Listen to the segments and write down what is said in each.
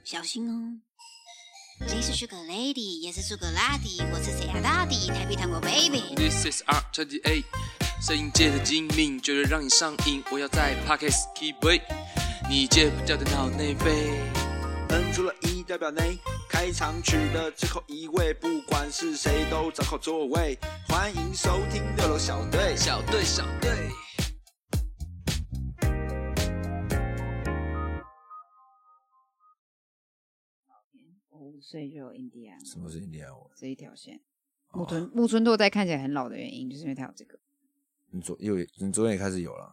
小心哦。这是 Sugar Lady， 也是 Sugar Lady， 我是谁啊大弟，台北糖果 Baby。This is R28， 摄影界的精明，绝对让你上瘾。我要在 Podcast keep way， 你戒不掉的脑内啡。 N 除了一代表内，开场曲的最后一位，不管是谁都找好座位。欢迎收听6楼小队， 小队，小队。 我5岁就有印第安。 什么是印第安文？ 这一条线。木村拓哉看起来很老的原因，就是因为他有这个。 你昨天也开始有了。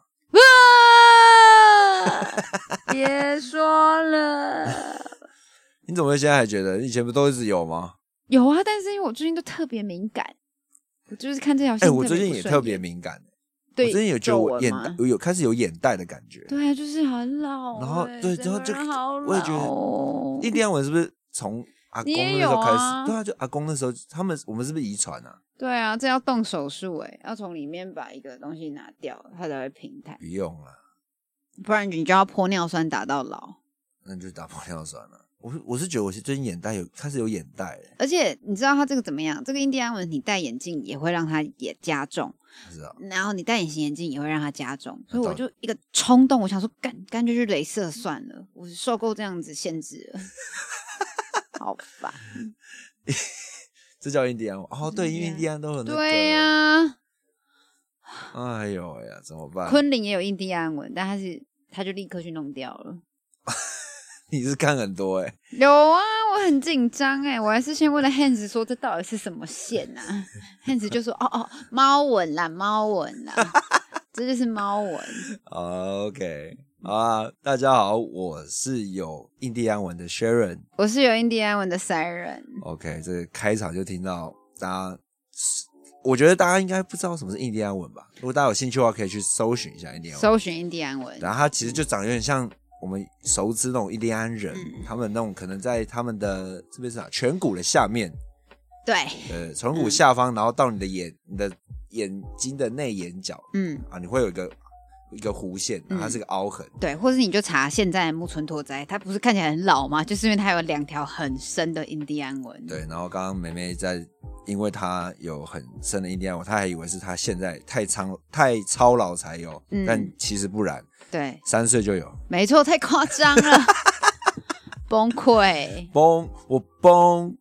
别说了。 你怎么会现在还觉得？以前不都一直有吗？ 有啊，但是因为我最近都特别敏感，我就是看这条线。 我最近也特别敏感。 对， 我最近有觉得我有开始有眼袋的感觉。 对啊，就是很老。 然后对，然后就我也觉得印第安文是不是从阿公那时候开始？对啊，就阿公那时候我们是不是遗传啊？ 对啊，这要动手术要从里面把一个东西拿掉，它才会平坦。 不用啦， 不然你就要泼尿酸打到老。 那你就打玻尿酸了。我是觉得我最近眼袋开始有眼袋了。 而且你知道它这个怎么样？这个印第安文你戴眼镜也会让它也加重， 是啊。然后你戴隐形眼镜也会让它加重，所以我就一个冲动，我想说干脆去雷射算了，我受够这样子限制了。好烦。 这叫印第安文哦，对，因为印第安都有那个。 对呀。 哎呦呀，怎么办？ 昆凌也有印第安文，但他就立刻去弄掉了。 你是看很多有啊，我很紧张我还是先问了 Hans 说这到底是什么线啊？Hans 就说猫纹啦，猫纹啦，这就是猫纹。 OK， 好啊，大家好，我是有印第安文的 Sharon， 我是有印第安文的 Siren。OK， 这个开场就听到大家，我觉得大家应该不知道什么是印第安文吧？如果大家有兴趣的话，可以去搜寻一下印第安文。 搜寻印第安文， 然后它其实就长得有点像我们熟知那种印第安人，他们那种可能在他们的这边是颧骨的下面， 对， 颧骨下方，然后到你的眼睛的内眼角，你会有一个弧线，它是个凹痕， 对，或是你就查现在的木村拓哉，他不是看起来很老吗？就是因为他有2条很深的印第安文。 对，然后刚刚妹妹因为他有很深的印第安文，她还以为是他现在太操劳才有，但其实不然。对，3岁就有， 没错，太夸张了。崩溃， 我崩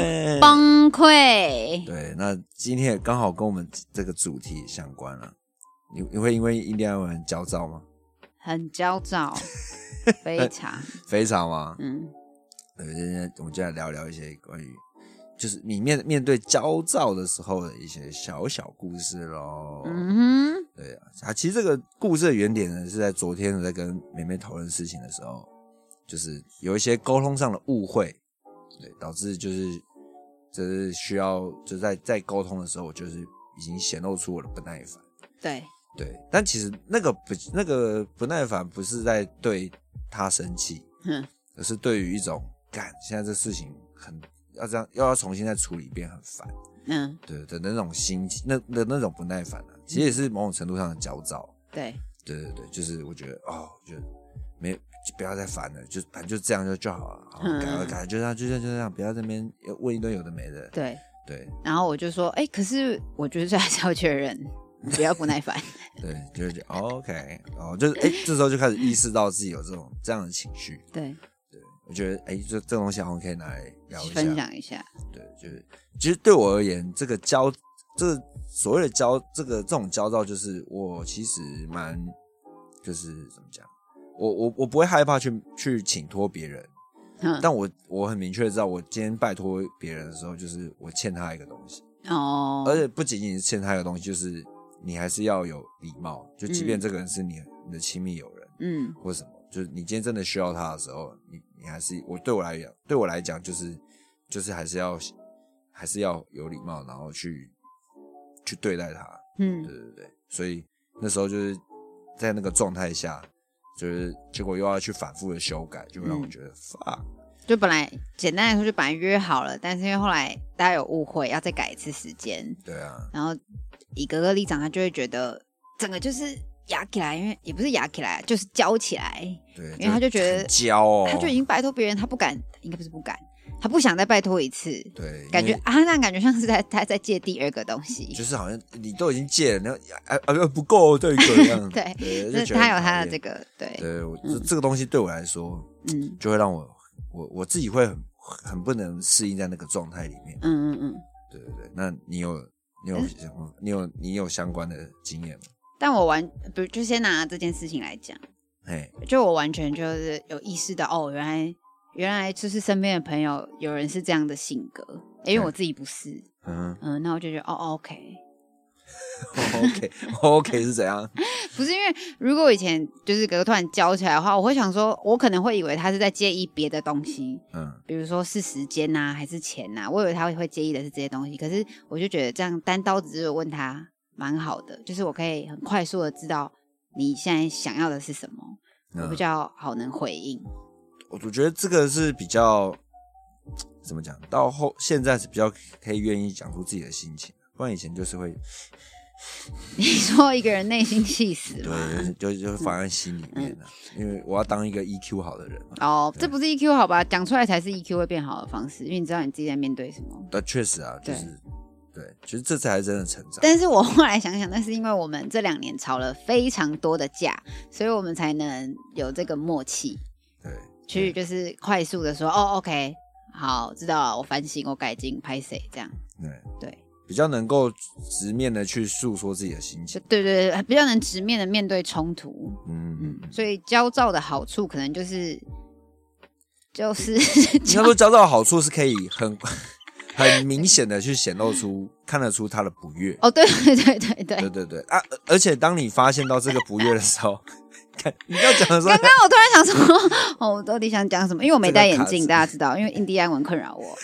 溃。 对，那今天也刚好跟我们这个主题相关了。你会因为印第安文很焦躁吗？ 很焦躁，非常非常吗？对，今天我们就来聊聊一些关于就是你面对焦躁的时候的一些小小故事咯。对啊，其实这个故事的原点呢，是在昨天我在跟妹妹讨论事情的时候，就是有一些沟通上的误会，对，导致就是需要就在沟通的时候，我就是已经显露出我的不耐烦。对，但其实那个不耐烦不是在对他生气，而是对于一种现在这事情要重新再处理一遍很烦，对的那种心情，那种不耐烦其实也是某种程度上的焦躁。对，就是我觉得就不要再烦了，反正就这样就好了，改就这样，不要在那边问一堆有的没的。对， 然后我就说，可是我觉得这还是要确认。不要不耐烦。 对，就觉得 OK， 就是这时候就开始意识到自己有这样的情绪。对，我觉得这东西好像可以拿来聊一下， 分享一下。 对，其实对我而言，这个所谓的这种焦躁，就是我其实就是怎么讲，我不会害怕去请托别人，但我很明确的知道，我今天拜托别人的时候，就是我欠他一个东西。而且不仅仅是欠他一个东西，就是你还是要有礼貌，就即便这个人是你的亲密友人，或什么，就是你今天真的需要他的时候，你还是对我来讲，就是还是要有礼貌，然后去对待他，对，所以那时候就是在那个状态下，就是结果又要去反复的修改，就让我觉得就本来简单来说就本来约好了，但是因为后来大家有误会，要再改一次时间。 对啊。 然后以格格里长他就会觉得整个就是压起来，因为也不是压起来，就是焦起来。 对， 因为他就觉得焦哦， 他就已经拜托别人，他不敢，应该不是不敢，他不想再拜托一次。 对， 感觉啊，那感觉像是他在借第二个东西， 就是好像你都已经借了，那不够这个这样。 对， 就他有他的这个，对， 这个东西对我来说，就会让我自己会很不能适应在那个状态里面。对，那你有相关的经验吗？ 但我比如就先拿这件事情来讲，就我完全就是有意识到，哦，原来就是身边的朋友有人是这样的性格，因为我自己不是，那我就觉得 OK 是怎样？ 不是因为如果我以前就是突然焦起来的话，我会想说，我可能会以为他是在介意别的东西，比如说是时间啊还是钱啊，我以为他会介意的是这些东西，可是我就觉得这样单刀直入地问他蛮好的，就是我可以很快速的知道你现在想要的是什么，我比较好能回应。 我觉得这个是比较怎么讲，到现在是比较可以愿意讲出自己的心情，不然以前就是会。 你说一个人内心戏死吗？ 对，就放在心里面了，因为我要当一个 EQ 好的人嘛。 这不是 EQ 好吧？讲出来才是 EQ 会变好的方式，因为你知道你自己在面对什么。 对，确实啊，就是对，其实这才是真的成长。 但是我后来想想，那是因为我们这2年吵了非常多的架，所以我们才能有这个默契。 对， 去就是快速的说，OK， 好，知道了，我反省，我改进，拍谁这样。对。 比较能够直面的去诉说自己的心情， 对，比较能直面的面对冲突，所以焦躁的好处可能就是你要说焦躁的好处是可以很明显的去显露出看得出他的不悦。对啊！而且当你发现到这个不悦的时候，你要讲的时候， 刚刚我突然想说，我到底想讲什么？因为我没戴眼镜，大家知道，因为印第安文困扰我。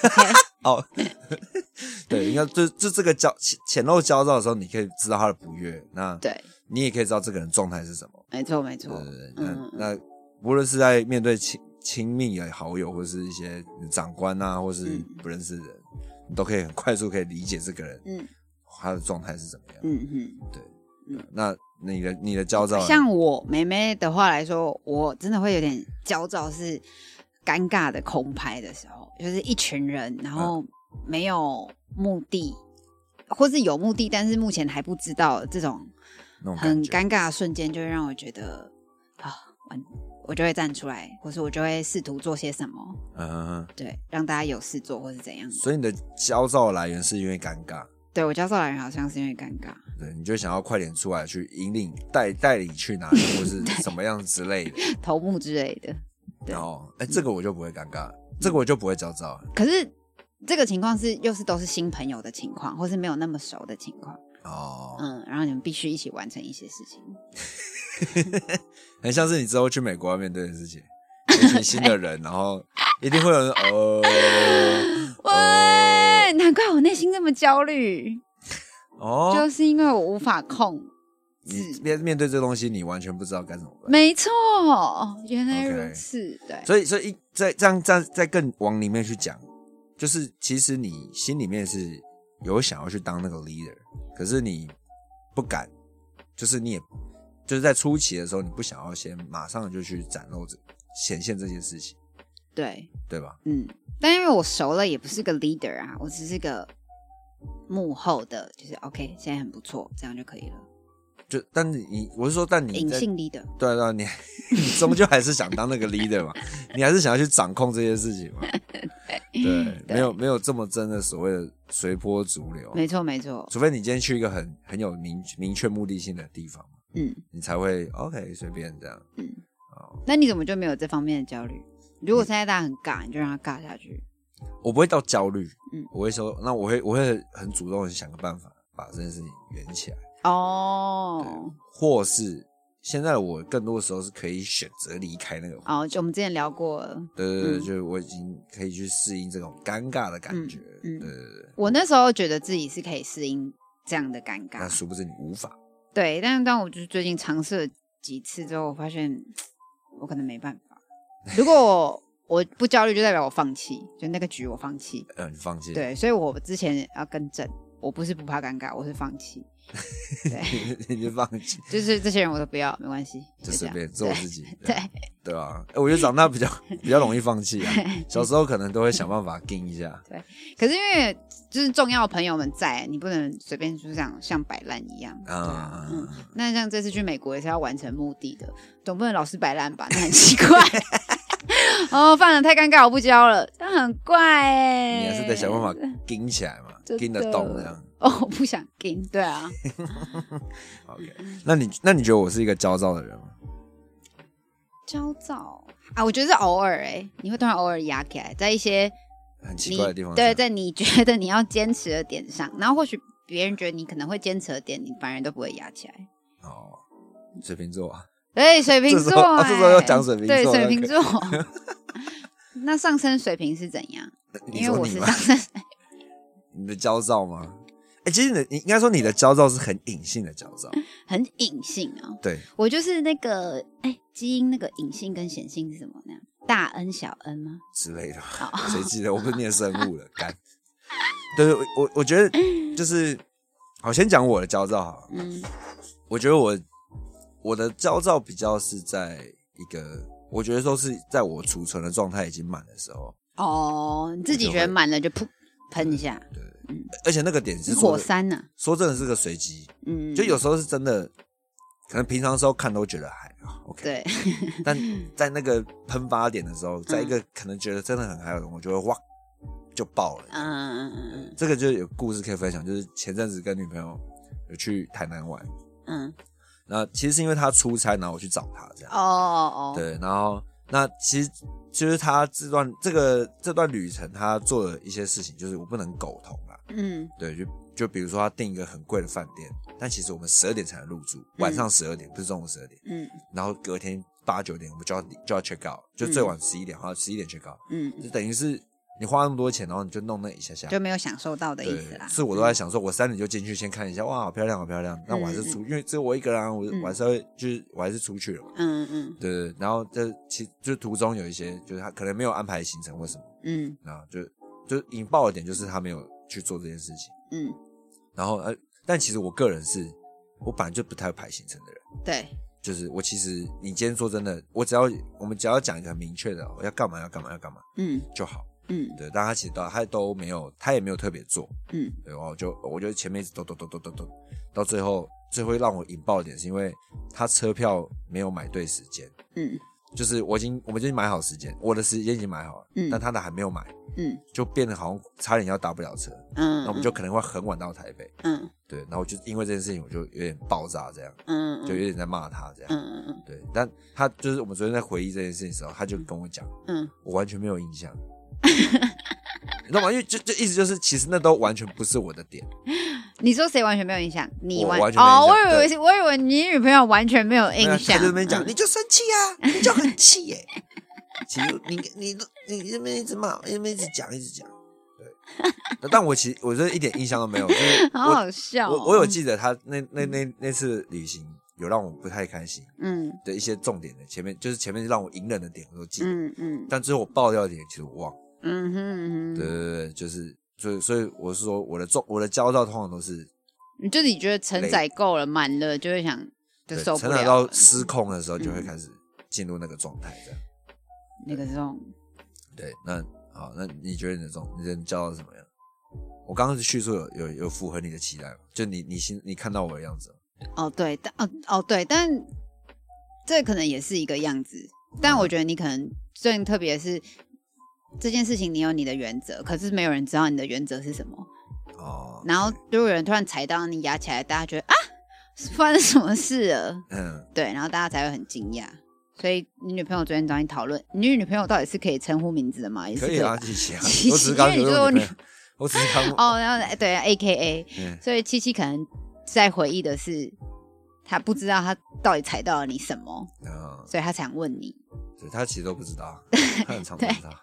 对，应该这个显露焦躁的时候，你可以知道他的不悦，那对你也可以知道这个人状态是什么。 没错， 那无论是在面对亲密的好友，或是一些长官啊，或是不认识的人，你都可以很快速可以理解这个人，他的状态是怎么样。对，那你的焦躁， 像我妹妹的话来说，我真的会有点焦躁，是尴尬的空拍的时候，就是一群人，然后没有目的，或是有目的，但是目前还不知道这种很尴尬的瞬间，就会让我觉得我就会站出来，或是我就会试图做些什么，对，让大家有事做，或是怎样。 所以你的焦躁的来源是因为尴尬？ 对，我焦躁来源好像是因为尴尬。 对，你就想要快点出来去引领带你去哪里，或是什么样之类的， 头目之类的。 这个我就不会尴尬，这个我就不会焦躁。 可是这个情况又是都是新朋友的情况，或是没有那么熟的情况。然后你们必须一起完成一些事情， 很像是你之后去美国要面对的事情，一群新的人，然后一定会有人喂，难怪我内心这么焦虑，就是因为我无法控。 你面对这东西，你完全不知道该怎么办。 没错，原来如此。对， 所以这样再更往里面去讲，就是其实你心里面是有想要去当那个 leader， 可是你不敢，就是你也就是在初期的时候，你不想要先马上就去展露显现这件事情，对吧？ 但因为我熟了，也不是个 leader 啊，我只是个幕后的，就是 OK， 现在很不错，这样就可以了。 但我是说，但你隐性 leader， 对，你终究还是想当那个 leader 嘛，你还是想要去掌控这些事情嘛，对，没有这么真的所谓的随波逐流， 没错， 除非你今天去一个很有明确目的性的地方，你才会 OK 随便这样， 那你怎么就没有这方面的焦虑？如果现在大家很尬，你就让他尬下去。 我不会到焦虑，我会说，那我会很主动的想个办法把这件事情圆起来。或是现在我更多的时候是可以选择离开那个就我们之前聊过了， 对，就是我已经可以去适应这种尴尬的感觉，对， 我那时候觉得自己是可以适应这样的尴尬， 但殊不知你无法。 对，但是当我就是最近尝试了几次之后，我发现我可能没办法。如果我不焦虑，就代表我放弃，就那个局我放弃。 你放弃？ 对，所以我之前要更正。我不是不怕尴尬，我是放弃。 对， 你就放弃， 就是这些人我都不要，没关系， 就随便做我自己，对吧？我觉得长大比较容易放弃啊，小时候可能都会想办法盯一下。 对，可是因为就是重要的朋友们在，你不能随便就这样像摆烂一样啊。那像这次去美国也是要完成目的的，总不能老是摆烂吧？那很奇怪。哦，犯了太尴尬，我不教了，这很怪哎。 你还是得想办法盯起来嘛，盯得动这样。 哦，我不想盯，对啊。 OK， 那你觉得我是一个焦躁的人吗？ 焦躁啊，我觉得是偶尔你会突然偶尔压起来，在一些很奇怪的地方， 对，在你觉得你要坚持的点上，然后或许别人觉得你可能会坚持的点，你反而都不会压起来。 哦，水瓶座啊。 对，水瓶座， 这时候要讲水瓶座， 对，水瓶座。那上升水瓶是怎样？因为我是上升。 你的焦躁吗？其实你应该说你的焦躁是很隐性的焦躁， 很隐性啊。 对， 我就是那个基因那个隐性跟显性是什么那样？大 N 小 N 吗？ 之类的，谁记得？我不是念生物的，干。对，我觉得就是好，先讲我的焦躁好了。我觉得我的焦躁比较是在一个，我觉得说是在我储存的状态已经满的时候。 哦，你自己觉得满了就噗喷一下。 对，而且那个点是火山呢， 说真的是个随机。就有时候是真的，可能平常的时候看都觉得还好 OK。 对， 但在那个喷发点的时候，在一个可能觉得真的很嗨的，我就会哇就爆了。这个就有故事可以分享，就是前阵子跟女朋友有去台南玩。那其实是因为他出差，然后我去找他这样。对，然后那其实就是他这段旅程，他做了一些事情，就是我不能苟同啦。对，就比如说他订一个很贵的饭店，但其实我们12点才能入住，晚上12点，不是中午12点。然后隔天8、9点我们就要 check out， 就最晚11点，好像11点 check out。就等于是你花那么多钱，然后你就弄那一下下， 就没有享受到的意思啦。 是我都在想说，我3点就进去先看一下，哇，好漂亮，好漂亮。那我还是因为只有我一个人，我还是会就是我还是出去了嘛。对。然后就途中有一些就是他可能没有安排行程或什么。然后就引爆的点就是他没有去做这件事情。然后但其实我个人是我本来就不太会排行程的人。对。就是我其实你今天说真的，我们只要讲一个很明确的，我要干嘛就好。对，但他其实他都没有，他也没有特别做。对，我就前面一直抖，到最后会让我引爆的点是因为他车票没有买对时间。就是我们已经买好时间，我的时间已经买好了，但他的还没有买。就变得好像差点要搭不了车。那我们就可能会很晚到台北。对，然后就因为这件事情我就有点爆炸这样。就有点在骂他这样。对，但他就是我们昨天在回忆这件事情的时候，他就跟我讲，我完全没有印象。你知道吗？因为就意思就是，其实那都完全不是我的点。你说谁完全没有印象？你完全没有印象。我以为你女朋友完全没有印象。他就在那边讲，你就生气啊，你就很气耶。其实你这边一直骂，一直讲。对，但我其实我真的一点印象都没有。就是好好笑。我有记得他那次旅行有让我不太开心。的一些重点的前面让我隐忍的点我都记得。但最后我爆掉的点其实我忘了。对，就是所以我是说我的焦躁通常都是，就是你觉得承载够了满了就会想就受不了，承载到失控的时候就会开始进入那个状态这样。那个状对，那好，那你觉得你的焦躁是什么样？我刚刚叙述有符合你的期待吗？就你看到我的样子吗？对，但这可能也是一个样子，但我觉得你可能最特别是这件事情你有你的原则，可是没有人知道你的原则是什么。然后如果有人突然踩到你压起来，大家觉得啊发生什么事了。对，然后大家才会很惊讶。所以你女朋友昨天找你讨论，你女朋友到底是可以称呼名字的吗？也是可以啊，七七啊，我只是刚因为你说我只是刚然后对 AKA，所以七七可能在回忆的是他不知道他到底踩到了你什么，所以他想问你。对，他其实都不知道，他很常不知道。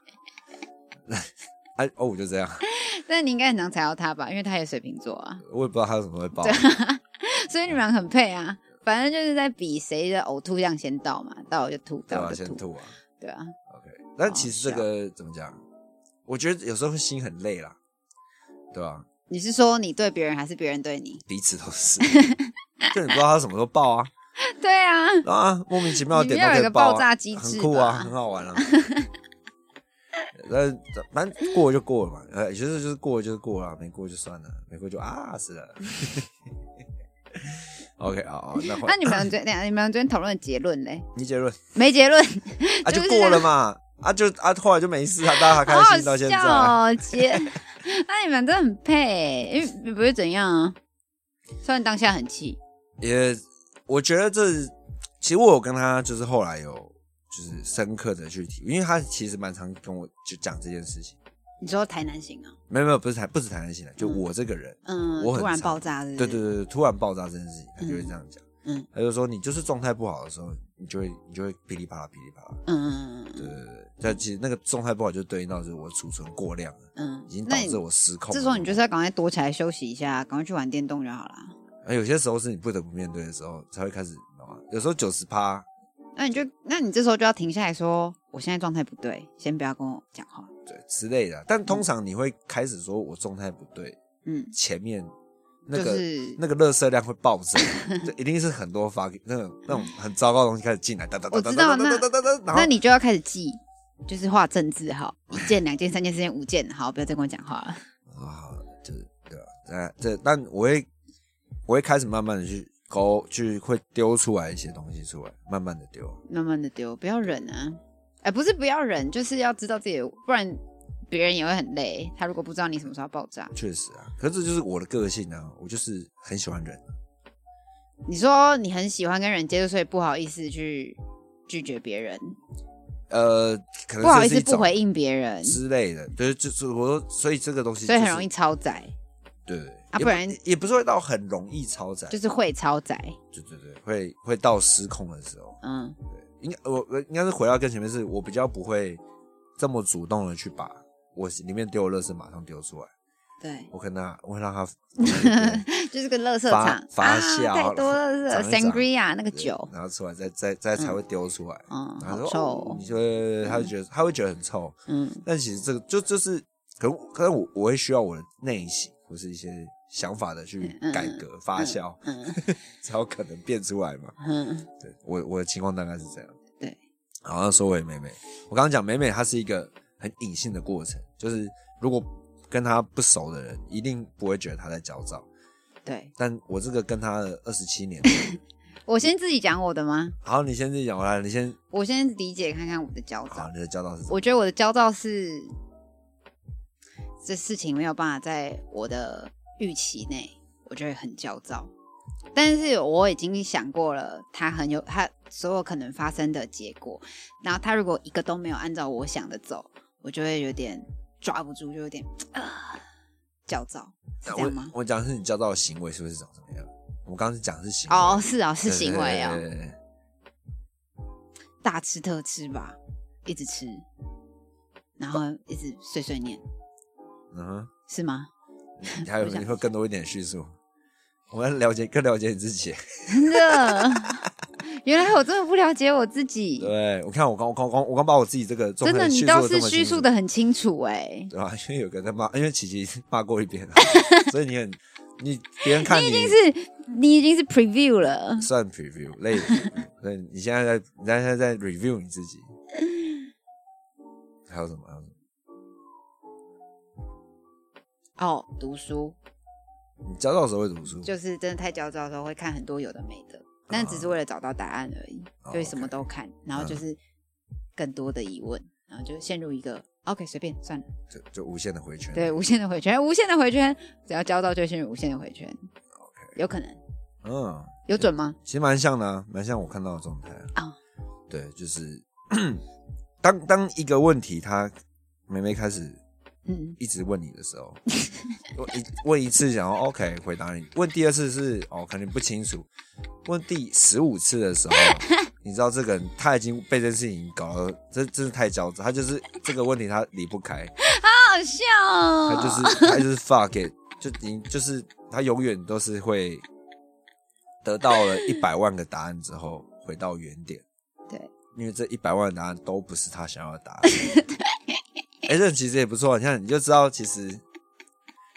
我就这样。但你应该很常踩到他吧，因为他也水瓶座啊。我也不知道他有什么会爆。所以你们俩很配啊。反正就是在比谁的呕吐量先到嘛，到我就吐，到我就吐。先吐啊。对啊。OK， 但其实这个怎么讲？我觉得有时候心很累啦，对吧？ 你是说你对别人还是别人对你？ 彼此都是，就你不知道他什么时候爆啊。 对啊， 莫名其妙的点都可以爆啊， 你们要有一个爆炸机制吧， 很酷啊，很好玩啊。反正过了就过了嘛，就是过了就是过了，没过就算了，没过就死了。OK 那你们昨天讨论的结论嘞？ 你结论没结论就过了嘛。后来就没事，大家还开心到现在。 好好笑那你们真的很配，因为你不会怎样啊？虽然当下很气， 我觉得其实我有跟他就是后来有就是深刻的去提，因为他其实蛮常跟我就讲这件事情。你说台南行啊？ 没有，不是台南行的，就我这个人，我很突然爆炸是不是？ 对，突然爆炸这件事情，他就会这样讲。他就说你就是状态不好的时候，你就会噼里啪啦。对。但其实那个状态不好就对应到就是我储存过量了，已经导致我失控了。 这时候你就是要赶快躲起来休息一下，赶快去玩电动就好了。 有些时候是你不得不面对的时候才会开始，有时候 90%。 那你这时候就要停下来说，我现在状态不对，先不要跟我讲话， 对之类的。但通常你会开始说我状态不对，前面那个垃圾量会暴增，这一定是很多那种很糟糕的东西开始进来， 我知道，那你就要开始记，就是画正字号，1件、2件、3件、4件、5件，好，不要再跟我讲话了。 就是对吧？但我会开始慢慢的去会丢出来一些东西出来，慢慢的丢， 不要忍啊！不是不要忍，就是要知道自己的，不然别人也会很累。他如果不知道你什么时候要爆炸， 确实啊。可是这就是我的个性啊，我就是很喜欢忍。 你说你很喜欢跟人接触，所以不好意思去拒绝别人。 可能不好意思不回应别人之类的，对，就是我说，所以这个东西、 所以很容易超载。 对不然也不是会到很容易超载， 就是会超载。 对，会到失控的时候。对，我应该是回到更前面，是我比较不会这么主动的去把我里面丢的垃圾马上丢出来。 对， 我会让他就是个垃圾场发酵， 太多垃圾 ，sangria 那个酒， 然后出来再才会丢出来。然后好臭， 你他会觉得很臭。但其实这个就是可能我会需要我的内省或是一些想法的去改革发酵，才有可能变出来嘛。对，我的情况大概是这样。 对， 好，那说回美美，我刚刚讲美美，它是一个很隐性的过程，就是如果跟他不熟的人，一定不会觉得他在焦躁。 对， 但我这个跟他的27年， 我先自己讲我的吗？ 好，你先自己讲， 我先理解看看我的焦躁。 好，你的焦躁是什么？ 我觉得我的焦躁是这事情没有办法在我的预期内，我就会很焦躁。但是我已经想过了，他所有可能发生的结果，然后他如果一个都没有按照我想的走，我就会有点抓不住，就有点焦躁，是这样吗？ 我讲的是你焦躁的行为是不是长什么样？我刚刚是讲的是行为。 是行为哦。 对， 大吃特吃吧，一直吃，然后一直碎碎念。是吗？ 你会更多一点叙述，我们更了解你自己。 真的，原来我真的不了解我自己。 对，我看我刚把我自己这个真的，你倒是叙述的很清楚对吧？因为有个人在骂，因为琪琪骂过一遍了，所以别人看你已经是 preview 了， 算 preview 累了。所以你现在在 review 你自己。还有什么？ 读书。 你焦躁的时候会读书？ 就是真的太焦躁的时候会看很多有的没的，但只是为了找到答案而已，所以什么都看，然后就是更多的疑问，然后就陷入一个 OK 随便算了， 就无限的回圈。 对，无限的回圈，只要焦躁就陷入无限的回圈。有可能。有准吗？ 其实蛮像的啊，蛮像我看到的状态啊。对，就是当一个问题他没开始一直问你的时候，问一次想要 OK 回答你，问第二次是可能不清楚，问第15次的时候，你知道这个人他已经被这件事情搞了，真是太焦躁，他就是这个问题他离不开， 好好笑哦， 他就是 fuck it， 就是他永远都是会得到了100万个答案之后回到原点， 对， 因为这100万的答案都不是他想要的答案。这其实也不错，你看你就知道，其实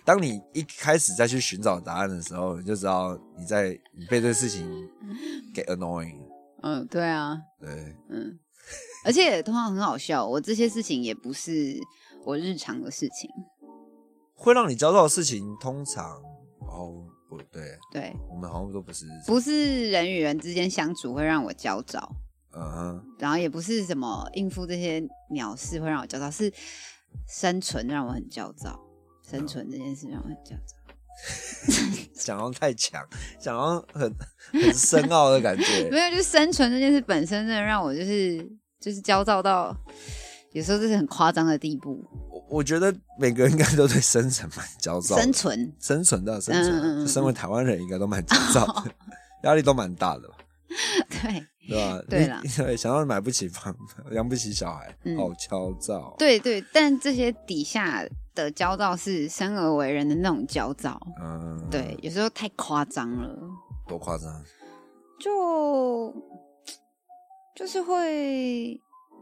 当你一开始再去寻找答案的时候，你就知道你被这个事情给 annoying。 对啊， 对， 而且通常很好笑，我这些事情也不是我日常的事情。 会让你焦躁的事情，通常不对， 对， 我们好像都不是人与人之间相处会让我焦躁，然后也不是什么应付这些鸟事会让我焦躁，是生存让我很焦躁，生存这件事让我很焦躁。 讲到太强，讲到很深奥的感觉。 没有，就是生存这件事本身真的让我就是焦躁到有时候这是很夸张的地步。 我觉得每个人应该都对生存蛮焦躁的，生存的生存，就身为台湾人应该都蛮焦躁的，压力都蛮大的吧？对吧？ 对啦， 对，想要买不起房，养不起小孩，好焦躁。 对，但这些底下的焦躁是生而为人的那种焦躁。对，有时候太夸张了。 多夸张？ 就是会。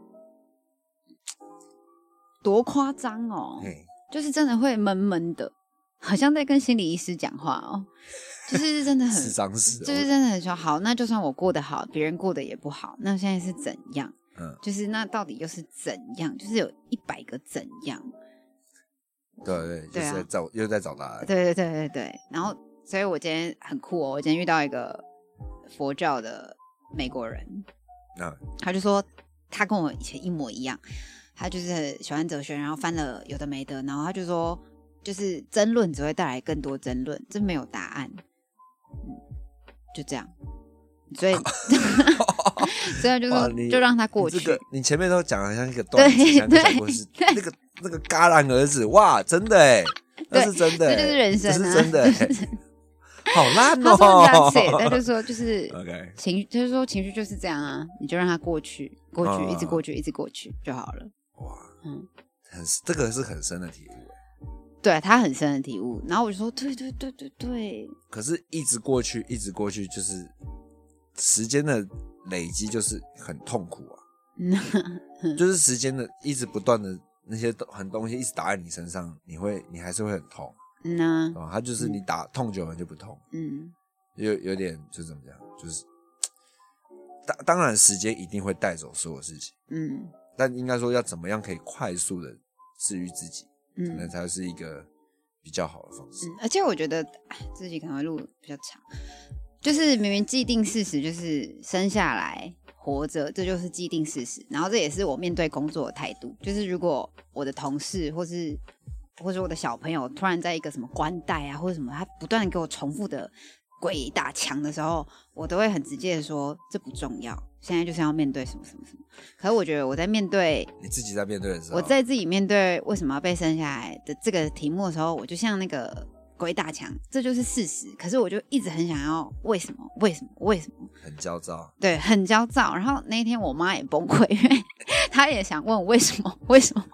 多夸张哦！就是真的会闷闷的，好像在跟心理医师讲话哦。就是真的很智障死， 就是真的很说好，那就算我过得好，别人过得也不好，那现在是怎样？就是那到底又是怎样？就是有100个怎样？ 对，就是又在找答案。 对。然后，所以我今天很酷哦！我今天遇到一个佛教的美国人，他就说他跟我以前一模一样。他就是喜欢哲学，然后翻了有的没的，然后他就说，就是争论只会带来更多争论，这没有答案，就这样，所以所以就说就让他过去。 你前面都讲得像一个段子，像一个小故事，那个戛然而止，哇，真的哎，那是真的， 这就是人生， 这是真的哎。好烂哦！ 他说这样写，他就说就是 OK， 情绪，就是说情绪就是这样啊，你就让它过去，一直过去，一直过去就好了。 哇，这个是很深的体悟。 对，他很深的体悟。然后我就说，对。可是，一直过去，就是时间的累积，就是很痛苦啊。就是时间的一直不断的那些东西一直打在你身上，你还是会很痛。它就是你痛久了就不痛。有点就怎么讲，就是当然时间一定会带走所有事情。但应该说要怎么样可以快速的治愈自己，可能才是一个比较好的方式。 而且我觉得自己可能会录比较长，就是明明既定事实就是生下来活着，这就是既定事实。然后这也是我面对工作的态度，就是如果我的同事或是我的小朋友突然在一个什么关带啊或者什么，他不断给我重复的鬼打墙的时候，我都会很直接的说这不重要，现在就是要面对什么什么什么。可是我觉得我在面对你自己在面对的时候， 我在自己面对为什么要被生下来的这个题目的时候，我就像那个鬼打墙，这就是事实。可是我就一直很想要为什么，很焦躁，对，很焦躁。然后那一天我妈也崩溃，因为她也想问为什么。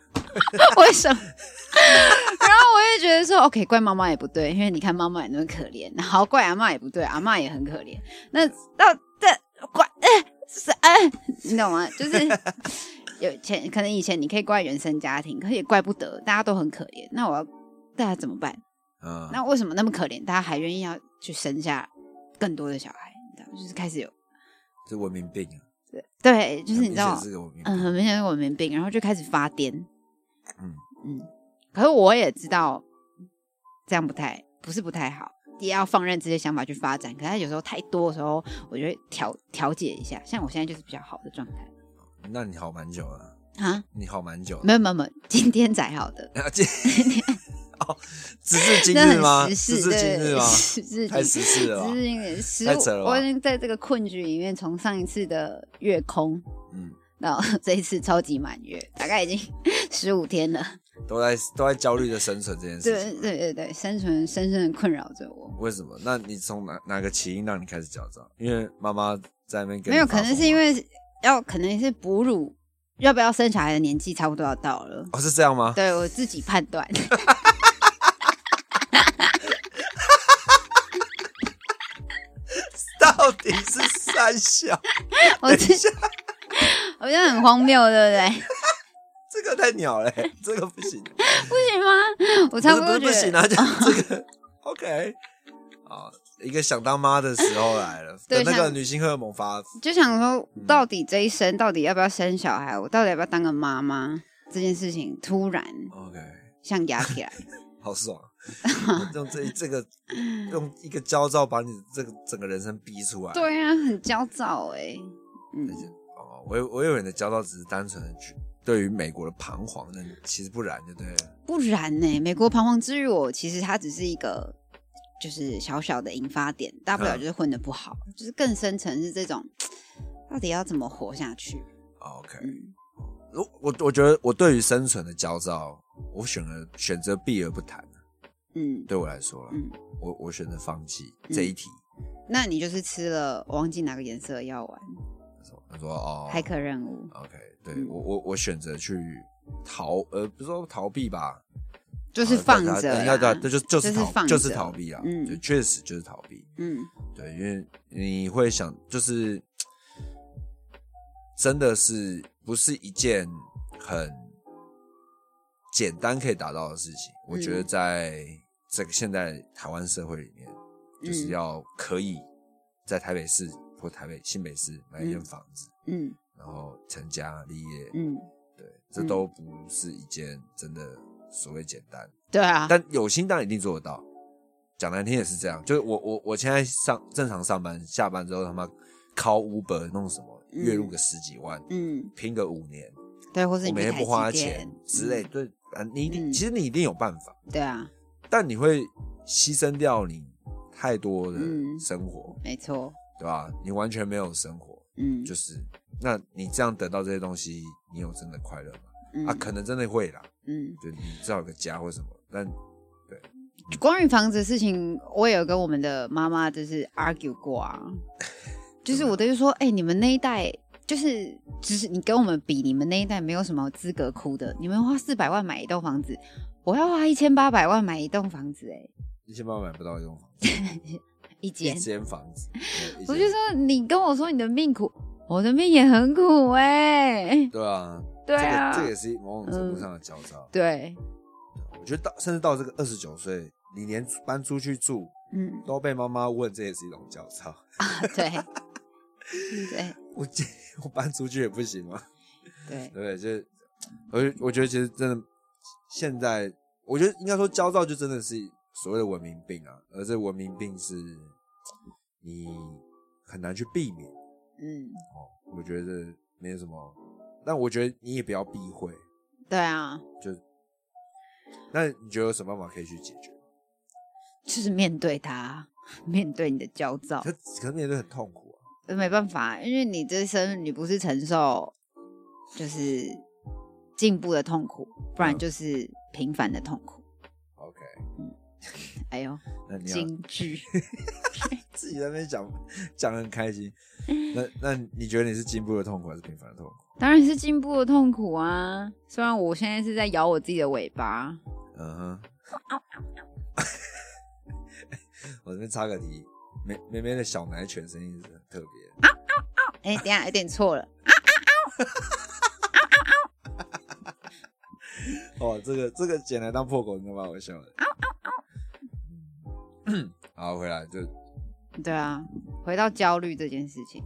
然后我也觉得说 OK， 怪妈妈也不对，因为你看妈妈也那么可怜，然后怪阿嬷也不对，阿嬷也很可怜。那到这怪你懂吗？就是可能以前你可以怪原生家庭，可是也怪不得，大家都很可怜。那大家怎么办？那为什么那么可怜，大家还愿意要去生下更多的小孩？你知道，就是开始有这文明病啊。 对，就是你知道， 很明显是文明病，然后就开始发癫。可是我也知道这样不是不太好，也要放任这些想法去发展。可是有时候太多的时候，我就会调节一下。像我现在就是比较好的状态。 那你好蛮久了啊？ 你好蛮久了？ 没有，今天才好的。 今天只是今日吗？ 只是今日吗？太时事了吧？太扯了吧？ 我已经在这个困局里面，从上一次的月空，到这一次超级满月，大概已经15天了。 都在焦虑的生存这件事情。 对，生存深深的困扰着我。 为什么？那你从哪个起因让你开始焦躁？因为妈妈在那边跟你没有，可能是因为可能是哺乳要不要生小孩的年纪差不多要到了。 哦，是这样吗？ 对，我自己判断。 到底是三小？ 我觉得很荒谬，对不对？ 这个太鸟了，这个不行。 不行吗？我差不多觉得不行啊，这个 OK 啊，一个想当妈的时候来了， 对那个女性荷尔蒙发， 就想说，到底这一生到底要不要生小孩？我到底要不要当个妈妈？这件事情突然 OK 像压起来， 好爽。用这个用一个焦躁把你这个整个人生逼出来。 对啊，很焦躁我以为你的焦躁只是单纯的对于美国的彷徨，那其实不然，就对了。 不然呢？美国彷徨之于我，其实它只是一个就是小小的引发点，大不了就是混得不好，就是更深层是这种到底要怎么活下去。 OK，我觉得我对于生存的焦躁，我选择避而不谈。对我来说，我选择放弃这一题。 那你就是吃了我忘记哪个颜色的药丸。 他说骇客任务。 OK， 对我选择去不是说逃避吧， 就是放着啦， 就是逃避啦，就确实就是逃避。对，因为你会想，就是真的是不是一件很简单可以达到的事情。我觉得在这个现在台湾社会里面，就是要可以在台北市或新北市买一间房子，然后成家立业，对，这都不是一件真的所谓简单。 对啊， 但有心当然一定做得到。讲难听也是这样，就是我现在正常上班，下班之后他妈靠 Uber 弄什么，月入个10几万，拼个5年， 对，或是你我每天不花钱之类，对，你一定，其实你一定有办法， 对啊， 但你会牺牲掉你太多的生活， 没错， 对吧？你完全没有生活，就是那你这样得到这些东西，你有真的快乐吗？可能真的会啦，就你至少有个家或什么，但对。 关于房子的事情，我也有跟我们的妈妈就是 argue 过啊，就是我就说，你们那一代就是你跟我们比，你们那一代没有什么资格哭的，你们花400万买一栋房子，我要花1800万买一栋房子 ，1800买不到一栋房子，一间房子， 我就说你跟我说你的命苦，我的命也很苦对啊， 对啊， 这也是某种程度上的焦躁， 对， 我觉得甚至到这个29岁。你连搬出去住，都被妈妈问，这也是一种焦躁啊！对，对， 我搬出去也不行吗？ 对， 对，就我觉得其实真的，现在我觉得应该说焦躁就真的是所谓的文明病啊，而这文明病是你很难去避免。我觉得没有什么，但我觉得你也不要避讳。 对啊， 那你觉得有什么办法可以去解决？ 就是面对它，面对你的焦躁。 可是面对很痛苦啊。 没办法，因为你这一生你不是承受就是进步的痛苦，不然就是平凡的痛苦。 OK， 哎呦，京剧， 自己在那边讲很开心。那你觉得你是进步的痛苦还是平凡的痛苦？ 当然是进步的痛苦啊！虽然我现在是在咬我自己的尾巴。 我这边插个题，妹妹的小奶犬声音是很特别。 等一下有点错了。 这个捡来当破口，真的蛮好笑的。好，回来就对啊，回到焦虑这件事情。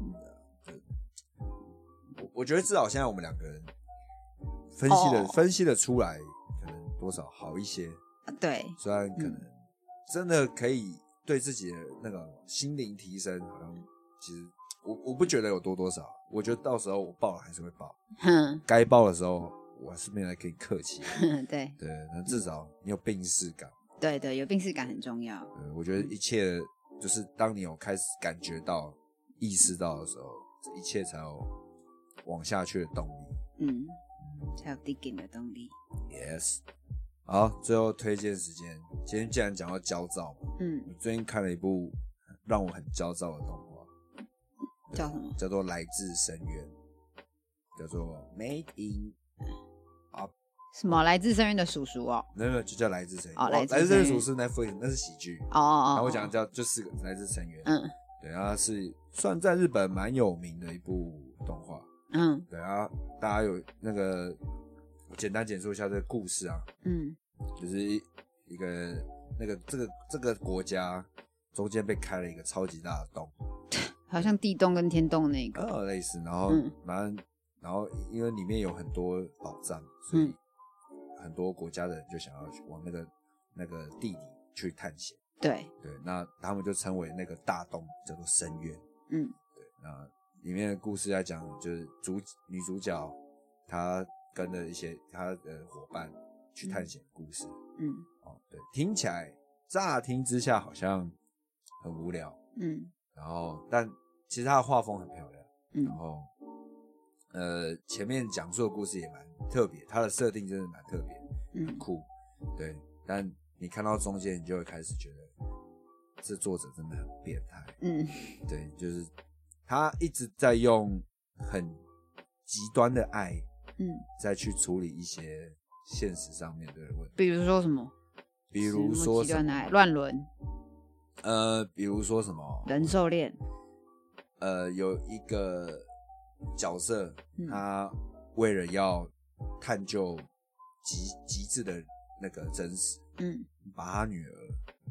我觉得至少现在我们两个人分析的出来，可能多少好一些。 对， 虽然可能真的可以对自己的那个心灵提升，好像其实我不觉得有多少，我觉得到时候我爆了还是会爆，该爆的时候我还是没来给你客气。 对， 那至少你有病识感。 对，有病识感很重要。 我觉得一切就是当你有开始感觉到、意识到的时候，这一切才有往下去的动力。 才有 digging 的动力。 Yes。好，最后推荐时间。今天既然讲到焦躁嘛，我最近看了一部让我很焦躁的动画， 叫什么？ 叫做《来自深渊》，叫做 Made in 什么？来自深渊的叔叔哦？ 没有，就叫来自深渊。 来自深渊叔叔是 Netflix， 那是喜剧。然后我讲就4个来自深渊。对，它是算在日本蛮有名的一部动画。对啊，大家有那个我简单简述一下这个故事啊，就是一个这个国家中间被开了一个超级大的洞， 好像地洞跟天洞那个， 类似，然后然后因为里面有很多宝藏，所以很多国家的人就想要往那个地里去探险。 对， 那他们就称为那个大洞叫做深渊。对，那里面的故事在讲就是女主角她跟了一些她的伙伴去探险的故事。对，听起来乍听之下好像很无聊。然后但其实她的画风很漂亮。然后前面讲述的故事也蛮特别，它的设定真的蛮特别，很酷。对，但你看到中间，你就会开始觉得这作者真的很变态。对，就是他一直在用很极端的爱，再去处理一些现实上面对的问题。 比如说什么？ 比如说极端的爱，乱伦。 比如说什么？ 人兽恋。 有一个角色，他为了要探究极致的那个真实，把他女儿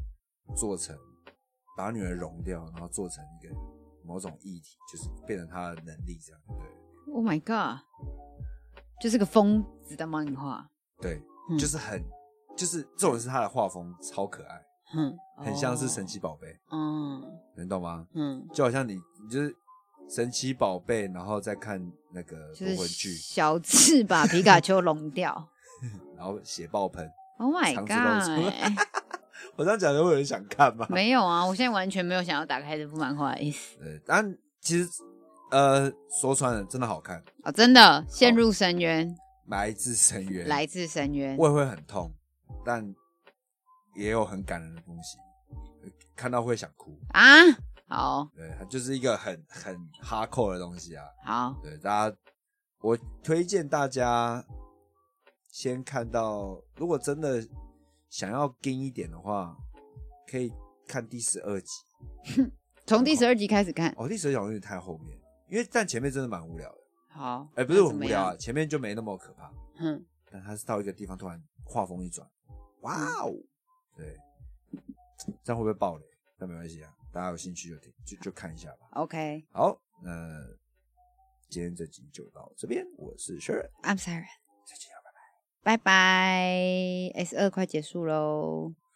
把他女儿融掉，然后做成一个某种议题，就是变成他的能力这样。对 ，Oh my god， 就是个疯子的漫画。 对，就是这种是他的画风超可爱，很像是神奇宝贝，能懂吗？就好像你就是神奇宝贝，然后再看那个夺魂锯， 小智把皮卡丘融掉， 然后血爆喷 ，Oh my god！ 我这样讲，会有人想看吗？ 没有啊，我现在完全没有想要打开这部漫画的意思。 但其实说穿了，真的好看哦，真的陷入深渊， 来自深渊， 来自深渊， 我也会很痛，但也有很感人的东西，看到会想哭啊。好， 对，它就是一个很hardcore的东西啊。 好， 对，我推荐大家先看到，如果真的想要硬一点的话，可以看第12集。 从第12集开始看。 第12集有点太后面，但前面真的蛮无聊的。 好， 不是很无聊啊，前面就没那么可怕。但他是到一个地方突然画风一转，哇哦，对，这样会不会爆雷？但没关系啊，大家有兴趣就看一下吧。 OK， 好，那今天这集就到这边，我是 Sharon，I'm Siren， 再见， 拜拜，拜拜 ，S2 快结束喽。